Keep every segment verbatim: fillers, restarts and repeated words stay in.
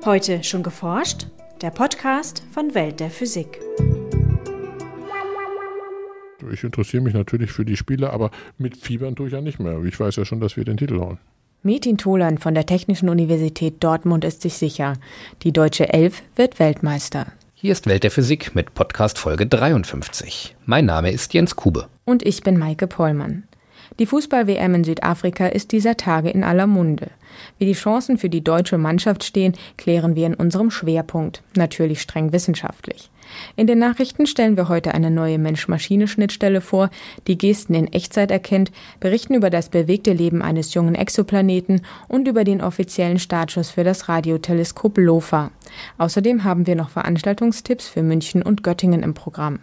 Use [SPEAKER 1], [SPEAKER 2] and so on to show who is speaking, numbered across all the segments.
[SPEAKER 1] Heute schon geforscht? Der Podcast von Welt der Physik.
[SPEAKER 2] Ich interessiere mich natürlich für die Spiele, aber mit Fiebern tue ich ja nicht mehr. Ich weiß ja schon, dass wir den Titel holen.
[SPEAKER 3] Metin Tolan von der Technischen Universität Dortmund ist sich sicher. Die deutsche Elf wird Weltmeister.
[SPEAKER 4] Hier ist Welt der Physik mit Podcast Folge dreiundfünfzig. Mein Name ist Jens Kube.
[SPEAKER 3] Und ich bin Maike Pollmann. Die Fußball-W M in Südafrika ist dieser Tage in aller Munde. Wie die Chancen für die deutsche Mannschaft stehen, klären wir in unserem Schwerpunkt, natürlich streng wissenschaftlich. In den Nachrichten stellen wir heute eine neue Mensch-Maschine-Schnittstelle vor, die Gesten in Echtzeit erkennt, berichten über das bewegte Leben eines jungen Exoplaneten und über den offiziellen Startschuss für das Radioteleskop LOFA. Außerdem haben wir noch Veranstaltungstipps für München und Göttingen im Programm.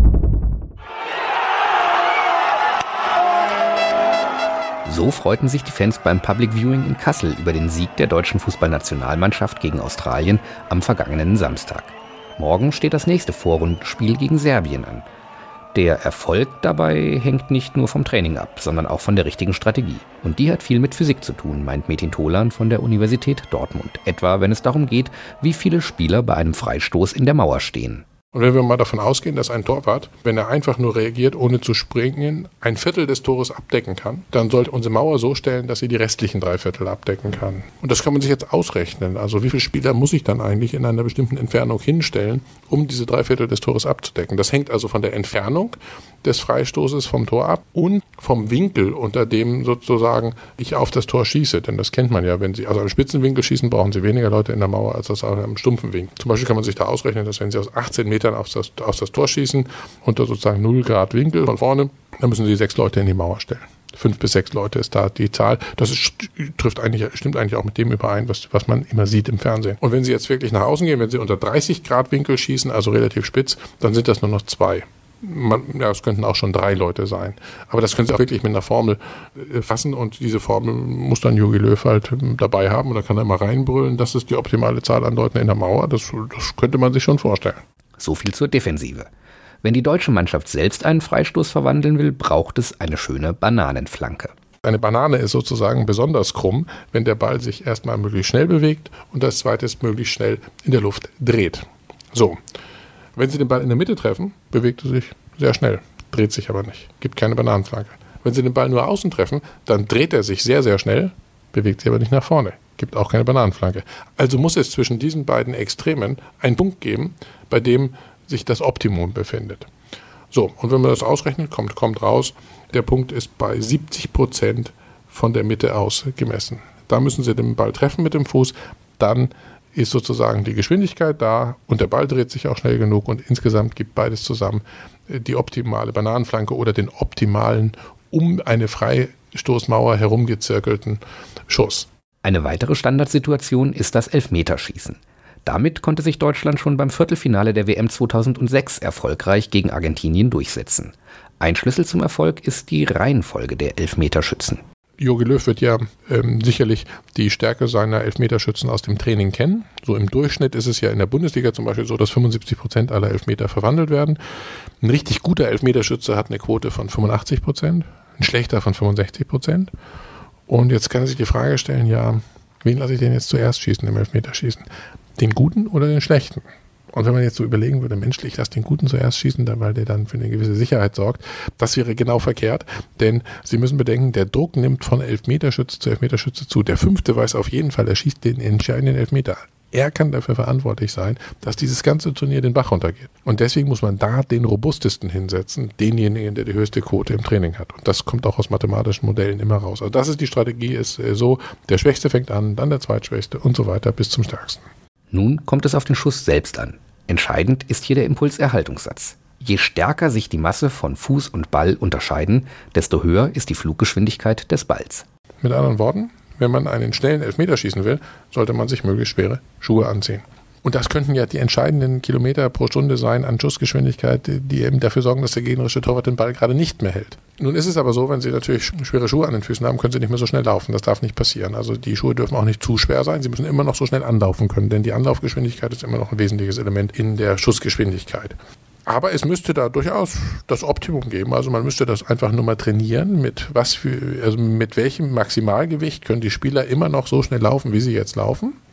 [SPEAKER 4] So freuten sich die Fans beim Public Viewing in Kassel über den Sieg der deutschen Fußballnationalmannschaft gegen Australien am vergangenen Samstag. Morgen steht das nächste Vorrundenspiel gegen Serbien an. Der Erfolg dabei hängt nicht nur vom Training ab, sondern auch von der richtigen Strategie. Und die hat viel mit Physik zu tun, meint Metin Tolan von der Universität Dortmund. Etwa, wenn es darum geht, wie viele Spieler bei einem Freistoß in der Mauer stehen.
[SPEAKER 2] Und wenn wir mal davon ausgehen, dass ein Torwart, wenn er einfach nur reagiert, ohne zu springen, ein Viertel des Tores abdecken kann, dann sollte unsere Mauer so stellen, dass sie die restlichen drei Viertel abdecken kann. Und das kann man sich jetzt ausrechnen. Also wie viele Spieler muss ich dann eigentlich in einer bestimmten Entfernung hinstellen, um diese drei Viertel des Tores abzudecken? Das hängt also von der Entfernung des Freistoßes vom Tor ab und vom Winkel, unter dem sozusagen ich auf das Tor schieße. Denn das kennt man ja, wenn Sie also einen spitzen Winkel schießen, brauchen Sie weniger Leute in der Mauer als aus einem stumpfen Winkel. Zum Beispiel kann man sich da ausrechnen, dass wenn Sie aus achtzehn Metern auf das, auf das Tor schießen, unter sozusagen null Grad Winkel von vorne, dann müssen Sie sechs Leute in die Mauer stellen. Fünf bis sechs Leute ist da die Zahl. Das ist, trifft eigentlich, stimmt eigentlich auch mit dem überein, was, was man immer sieht im Fernsehen. Und wenn Sie jetzt wirklich nach außen gehen, wenn Sie unter dreißig Grad Winkel schießen, also relativ spitz, dann sind das nur noch zwei. Man, ja, es könnten auch schon drei Leute sein. Aber das können Sie auch wirklich mit einer Formel äh, fassen und diese Formel muss dann Jogi Löw halt äh, dabei haben und da kann er mal reinbrüllen, das ist die optimale Zahl an Leuten in der Mauer. Das, das könnte man sich schon vorstellen.
[SPEAKER 4] So viel zur Defensive. Wenn die deutsche Mannschaft selbst einen Freistoß verwandeln will, braucht es eine schöne Bananenflanke.
[SPEAKER 2] Eine Banane ist sozusagen besonders krumm, wenn der Ball sich erstmal möglichst schnell bewegt und als zweites möglichst schnell in der Luft dreht. So. Wenn Sie den Ball in der Mitte treffen, bewegt er sich sehr schnell, dreht sich aber nicht, gibt keine Bananenflanke. Wenn Sie den Ball nur außen treffen, dann dreht er sich sehr, sehr schnell, bewegt sich aber nicht nach vorne, gibt auch keine Bananenflanke. Also muss es zwischen diesen beiden Extremen einen Punkt geben, bei dem sich das Optimum befindet. So, und wenn man das ausrechnet, kommt, kommt raus, der Punkt ist bei siebzig Prozent von der Mitte aus gemessen. Da müssen Sie den Ball treffen mit dem Fuß, dann ist sozusagen die Geschwindigkeit da und der Ball dreht sich auch schnell genug und insgesamt gibt beides zusammen die optimale Bananenflanke oder den optimalen, um eine Freistoßmauer herumgezirkelten Schuss.
[SPEAKER 4] Eine weitere Standardsituation ist das Elfmeterschießen. Damit konnte sich Deutschland schon beim Viertelfinale der W M zweitausendsechs erfolgreich gegen Argentinien durchsetzen. Ein Schlüssel zum Erfolg ist die Reihenfolge der Elfmeterschützen.
[SPEAKER 2] Jogi Löw wird ja ähm, sicherlich die Stärke seiner Elfmeterschützen aus dem Training kennen. So im Durchschnitt ist es ja in der Bundesliga zum Beispiel so, dass fünfundsiebzig Prozent aller Elfmeter verwandelt werden. Ein richtig guter Elfmeterschütze hat eine Quote von fünfundachtzig Prozent, ein schlechter von fünfundsechzig Prozent. Und jetzt kann er sich die Frage stellen, ja, wen lasse ich denn jetzt zuerst schießen im Elfmeterschießen? Den Guten oder den Schlechten? Und wenn man jetzt so überlegen würde, menschlich, ich lasse den Guten zuerst schießen, weil der dann für eine gewisse Sicherheit sorgt, das wäre genau verkehrt, denn Sie müssen bedenken, der Druck nimmt von Elfmeterschütze zu Elfmeterschütze zu. Der Fünfte weiß auf jeden Fall, er schießt den entscheidenden Elfmeter. Er kann dafür verantwortlich sein, dass dieses ganze Turnier den Bach runtergeht. Und deswegen muss man da den robustesten hinsetzen, denjenigen, der die höchste Quote im Training hat. Und das kommt auch aus mathematischen Modellen immer raus. Also das ist die Strategie, ist so, der Schwächste fängt an, dann der Zweitschwächste und so weiter bis zum Stärksten.
[SPEAKER 4] Nun kommt es auf den Schuss selbst an. Entscheidend ist hier der Impulserhaltungssatz. Je stärker sich die Masse von Fuß und Ball unterscheiden, desto höher ist die Fluggeschwindigkeit des Balls.
[SPEAKER 2] Mit anderen Worten, wenn man einen schnellen Elfmeter schießen will, sollte man sich möglichst schwere Schuhe anziehen. Und das könnten ja die entscheidenden Kilometer pro Stunde sein an Schussgeschwindigkeit, die eben dafür sorgen, dass der gegnerische Torwart den Ball gerade nicht mehr hält. Nun ist es aber so, wenn Sie natürlich schwere Schuhe an den Füßen haben, können Sie nicht mehr so schnell laufen. Das darf nicht passieren. Also die Schuhe dürfen auch nicht zu schwer sein. Sie müssen immer noch so schnell anlaufen können, denn die Anlaufgeschwindigkeit ist immer noch ein wesentliches Element in der Schussgeschwindigkeit. Aber es müsste da durchaus das Optimum geben. Also man müsste das einfach nur mal trainieren, mit was für, also mit welchem Maximalgewicht können die Spieler immer noch so schnell laufen, wie sie jetzt laufen.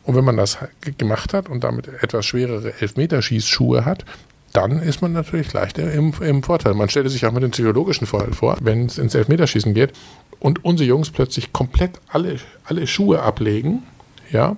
[SPEAKER 2] Und wenn man das gemacht hat und damit etwas schwerere Elfmeterschießschuhe hat, dann ist man natürlich leichter im, im Vorteil. Man stellte sich auch mit dem psychologischen Vorteil vor, wenn es ins Elfmeterschießen geht und unsere Jungs plötzlich komplett alle, alle Schuhe ablegen, ja,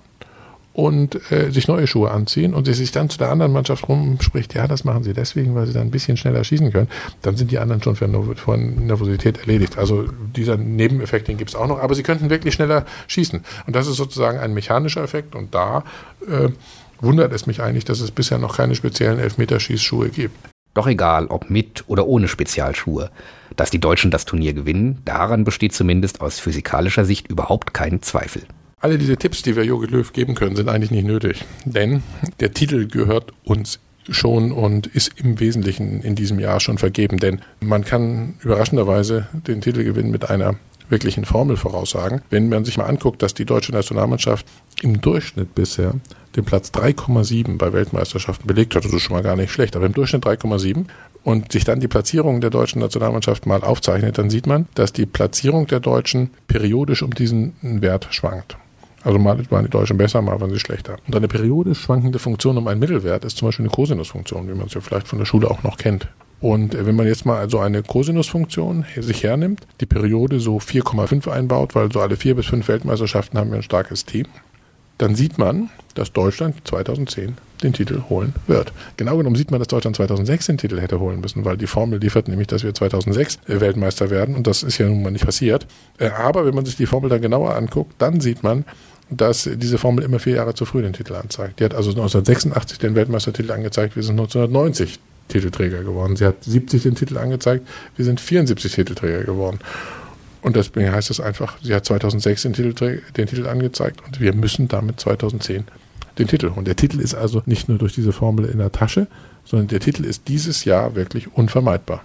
[SPEAKER 2] und äh, sich neue Schuhe anziehen und sie sich dann zu der anderen Mannschaft rumspricht, ja, das machen sie deswegen, weil sie dann ein bisschen schneller schießen können, dann sind die anderen schon von Nervosität erledigt. Also dieser Nebeneffekt, den gibt es auch noch, aber sie könnten wirklich schneller schießen. Und das ist sozusagen ein mechanischer Effekt und da äh, wundert es mich eigentlich, dass es bisher noch keine speziellen Elfmeterschießschuhe gibt.
[SPEAKER 4] Doch egal, ob mit oder ohne Spezialschuhe. Dass die Deutschen das Turnier gewinnen, daran besteht zumindest aus physikalischer Sicht überhaupt kein Zweifel.
[SPEAKER 2] Alle diese Tipps, die wir Jogi Löw geben können, sind eigentlich nicht nötig, denn der Titel gehört uns schon und ist im Wesentlichen in diesem Jahr schon vergeben, denn man kann überraschenderweise den Titel gewinnen mit einer wirklichen Formel voraussagen. Wenn man sich mal anguckt, dass die deutsche Nationalmannschaft im Durchschnitt bisher den Platz drei Komma sieben bei Weltmeisterschaften belegt hat, das ist schon mal gar nicht schlecht, aber im Durchschnitt drei Komma sieben und sich dann die Platzierung der deutschen Nationalmannschaft mal aufzeichnet, dann sieht man, dass die Platzierung der Deutschen periodisch um diesen Wert schwankt. Also mal waren die Deutschen besser, mal waren sie schlechter. Und eine periodisch schwankende Funktion um einen Mittelwert ist zum Beispiel eine Kosinusfunktion, wie man es ja vielleicht von der Schule auch noch kennt. Und wenn man jetzt mal also eine Kosinusfunktion sich hernimmt, die Periode so vier Komma fünf einbaut, weil so alle vier bis fünf Weltmeisterschaften haben wir ein starkes Team, dann sieht man, dass Deutschland zweitausendzehn den Titel holen wird. Genau genommen sieht man, dass Deutschland zweitausendsechs den Titel hätte holen müssen, weil die Formel liefert nämlich, dass wir zweitausendsechs Weltmeister werden und das ist ja nun mal nicht passiert. Aber wenn man sich die Formel dann genauer anguckt, dann sieht man, dass diese Formel immer vier Jahre zu früh den Titel anzeigt. Die hat also neunzehnhundertsechsundachtzig den Weltmeistertitel angezeigt, wir sind neunzehnhundertneunzig Titelträger geworden. Sie hat siebzig den Titel angezeigt, wir sind vierundsiebzig Titelträger geworden. Und deswegen heißt es einfach, sie hat zweitausendsechs den Titel, den Titel angezeigt und wir müssen damit zweitausendzehn den Titel holen. Der Titel ist also nicht nur durch diese Formel in der Tasche, sondern der Titel ist dieses Jahr wirklich unvermeidbar.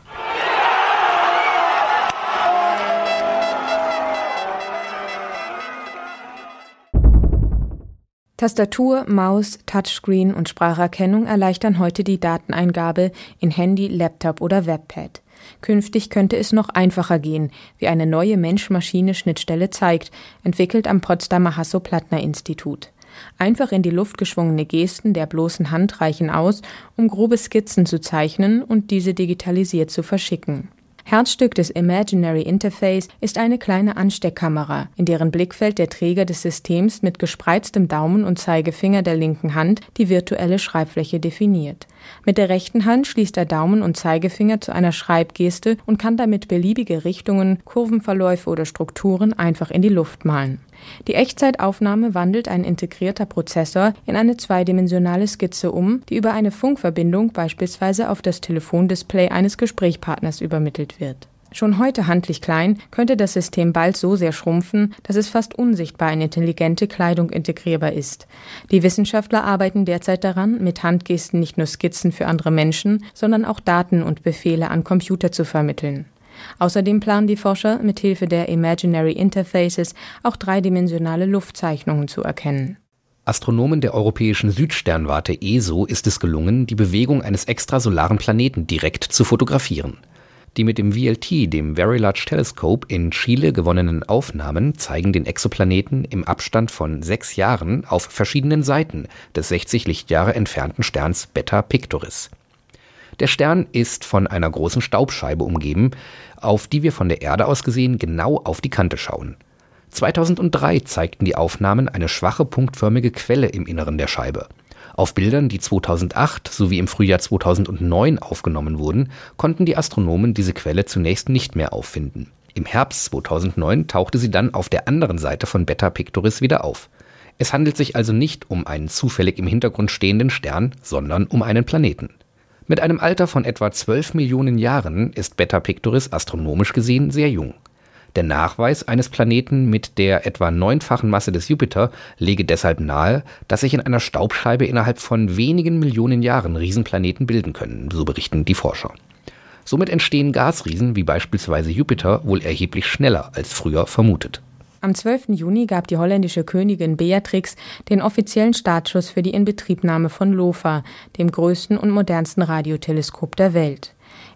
[SPEAKER 3] Tastatur, Maus, Touchscreen und Spracherkennung erleichtern heute die Dateneingabe in Handy, Laptop oder Webpad. Künftig könnte es noch einfacher gehen, wie eine neue Mensch-Maschine-Schnittstelle zeigt, entwickelt am Potsdamer Hasso-Plattner-Institut. Einfach in die Luft geschwungene Gesten der bloßen Hand reichen aus, um grobe Skizzen zu zeichnen und diese digitalisiert zu verschicken. Herzstück des Imaginary Interface ist eine kleine Ansteckkamera, in deren Blickfeld der Träger des Systems mit gespreiztem Daumen und Zeigefinger der linken Hand die virtuelle Schreibfläche definiert. Mit der rechten Hand schließt er Daumen und Zeigefinger zu einer Schreibgeste und kann damit beliebige Richtungen, Kurvenverläufe oder Strukturen einfach in die Luft malen. Die Echtzeitaufnahme wandelt ein integrierter Prozessor in eine zweidimensionale Skizze um, die über eine Funkverbindung beispielsweise auf das Telefondisplay eines Gesprächspartners übermittelt wird. Schon heute handlich klein, könnte das System bald so sehr schrumpfen, dass es fast unsichtbar in intelligente Kleidung integrierbar ist. Die Wissenschaftler arbeiten derzeit daran, mit Handgesten nicht nur Skizzen für andere Menschen, sondern auch Daten und Befehle an Computer zu vermitteln. Außerdem planen die Forscher, mithilfe der Imaginary Interfaces auch dreidimensionale Luftzeichnungen zu erkennen.
[SPEAKER 4] Astronomen der Europäischen Südsternwarte E S O ist es gelungen, die Bewegung eines extrasolaren Planeten direkt zu fotografieren. Die mit dem V L T, dem Very Large Telescope, in Chile gewonnenen Aufnahmen zeigen den Exoplaneten im Abstand von sechs Jahren auf verschiedenen Seiten des sechzig Lichtjahre entfernten Sterns Beta Pictoris. Der Stern ist von einer großen Staubscheibe umgeben, auf die wir von der Erde aus gesehen genau auf die Kante schauen. zweitausenddrei zeigten die Aufnahmen eine schwache punktförmige Quelle im Inneren der Scheibe. Auf Bildern, die zweitausendacht sowie im Frühjahr zweitausendneun aufgenommen wurden, konnten die Astronomen diese Quelle zunächst nicht mehr auffinden. Im Herbst zweitausendneun tauchte sie dann auf der anderen Seite von Beta Pictoris wieder auf. Es handelt sich also nicht um einen zufällig im Hintergrund stehenden Stern, sondern um einen Planeten. Mit einem Alter von etwa zwölf Millionen Jahren ist Beta Pictoris astronomisch gesehen sehr jung. Der Nachweis eines Planeten mit der etwa neunfachen Masse des Jupiter lege deshalb nahe, dass sich in einer Staubscheibe innerhalb von wenigen Millionen Jahren Riesenplaneten bilden können, so berichten die Forscher. Somit entstehen Gasriesen wie beispielsweise Jupiter wohl erheblich schneller als früher vermutet.
[SPEAKER 3] Am zwölften Juni gab die holländische Königin Beatrix den offiziellen Startschuss für die Inbetriebnahme von LOFA, dem größten und modernsten Radioteleskop der Welt.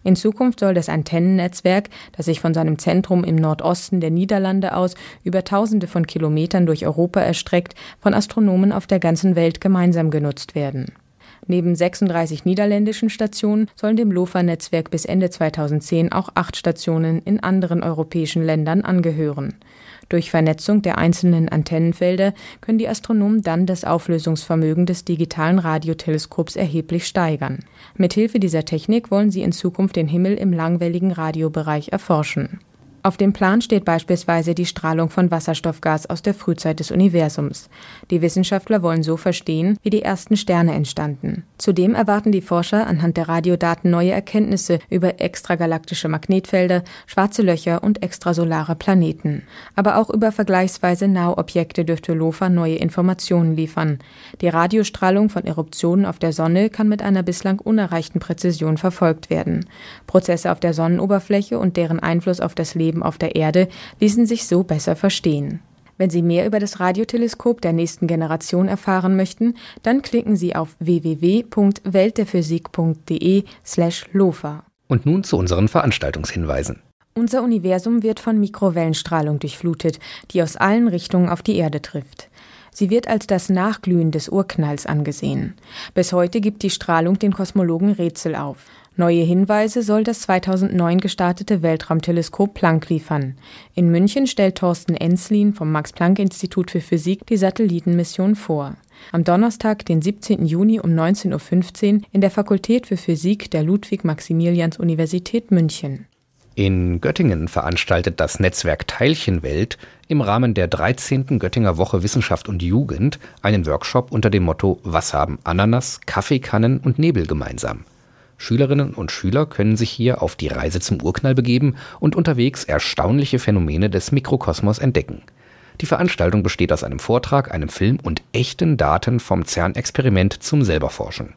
[SPEAKER 3] In Zukunft soll das Antennennetzwerk, das sich von seinem Zentrum im Nordosten der Niederlande aus über Tausende von Kilometern durch Europa erstreckt, von Astronomen auf der ganzen Welt gemeinsam genutzt werden. Neben sechsunddreißig niederländischen Stationen sollen dem LOFA-Netzwerk bis Ende zweitausendzehn auch acht Stationen in anderen europäischen Ländern angehören. Durch Vernetzung der einzelnen Antennenfelder können die Astronomen dann das Auflösungsvermögen des digitalen Radioteleskops erheblich steigern. Mithilfe dieser Technik wollen sie in Zukunft den Himmel im langwelligen Radiobereich erforschen. Auf dem Plan steht beispielsweise die Strahlung von Wasserstoffgas aus der Frühzeit des Universums. Die Wissenschaftler wollen so verstehen, wie die ersten Sterne entstanden. Zudem erwarten die Forscher anhand der Radiodaten neue Erkenntnisse über extragalaktische Magnetfelder, schwarze Löcher und extrasolare Planeten. Aber auch über vergleichsweise nahe Objekte dürfte LOFA neue Informationen liefern. Die Radiostrahlung von Eruptionen auf der Sonne kann mit einer bislang unerreichten Präzision verfolgt werden. Prozesse auf der Sonnenoberfläche und deren Einfluss auf das Leben auf der Erde ließen sich so besser verstehen. Wenn Sie mehr über das Radioteleskop der nächsten Generation erfahren möchten, dann klicken Sie auf w w w punkt welt der physik punkt d e slash lofa.
[SPEAKER 4] Und nun zu unseren Veranstaltungshinweisen.
[SPEAKER 3] Unser Universum wird von Mikrowellenstrahlung durchflutet, die aus allen Richtungen auf die Erde trifft. Sie wird als das Nachglühen des Urknalls angesehen. Bis heute gibt die Strahlung den Kosmologen Rätsel auf. Neue Hinweise soll das zweitausendneun gestartete Weltraumteleskop Planck liefern. In München stellt Thorsten Enslin vom Max-Planck-Institut für Physik die Satellitenmission vor. Am Donnerstag, den siebzehnten Juni um neunzehn Uhr fünfzehn in der Fakultät für Physik der Ludwig-Maximilians-Universität München.
[SPEAKER 4] In Göttingen veranstaltet das Netzwerk Teilchenwelt im Rahmen der dreizehnten Göttinger Woche Wissenschaft und Jugend einen Workshop unter dem Motto »Was haben Ananas, Kaffeekannen und Nebel gemeinsam?« Schülerinnen und Schüler können sich hier auf die Reise zum Urknall begeben und unterwegs erstaunliche Phänomene des Mikrokosmos entdecken. Die Veranstaltung besteht aus einem Vortrag, einem Film und echten Daten vom CERN-Experiment zum Selberforschen.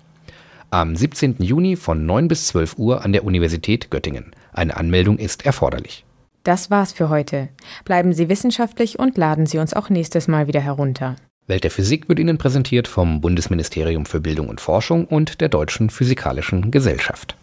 [SPEAKER 4] Am siebzehnten Juni von neun bis zwölf Uhr an der Universität Göttingen. Eine Anmeldung ist erforderlich.
[SPEAKER 3] Das war's für heute. Bleiben Sie wissenschaftlich und laden Sie uns auch nächstes Mal wieder herunter.
[SPEAKER 4] Welt der Physik wird Ihnen präsentiert vom Bundesministerium für Bildung und Forschung und der Deutschen Physikalischen Gesellschaft.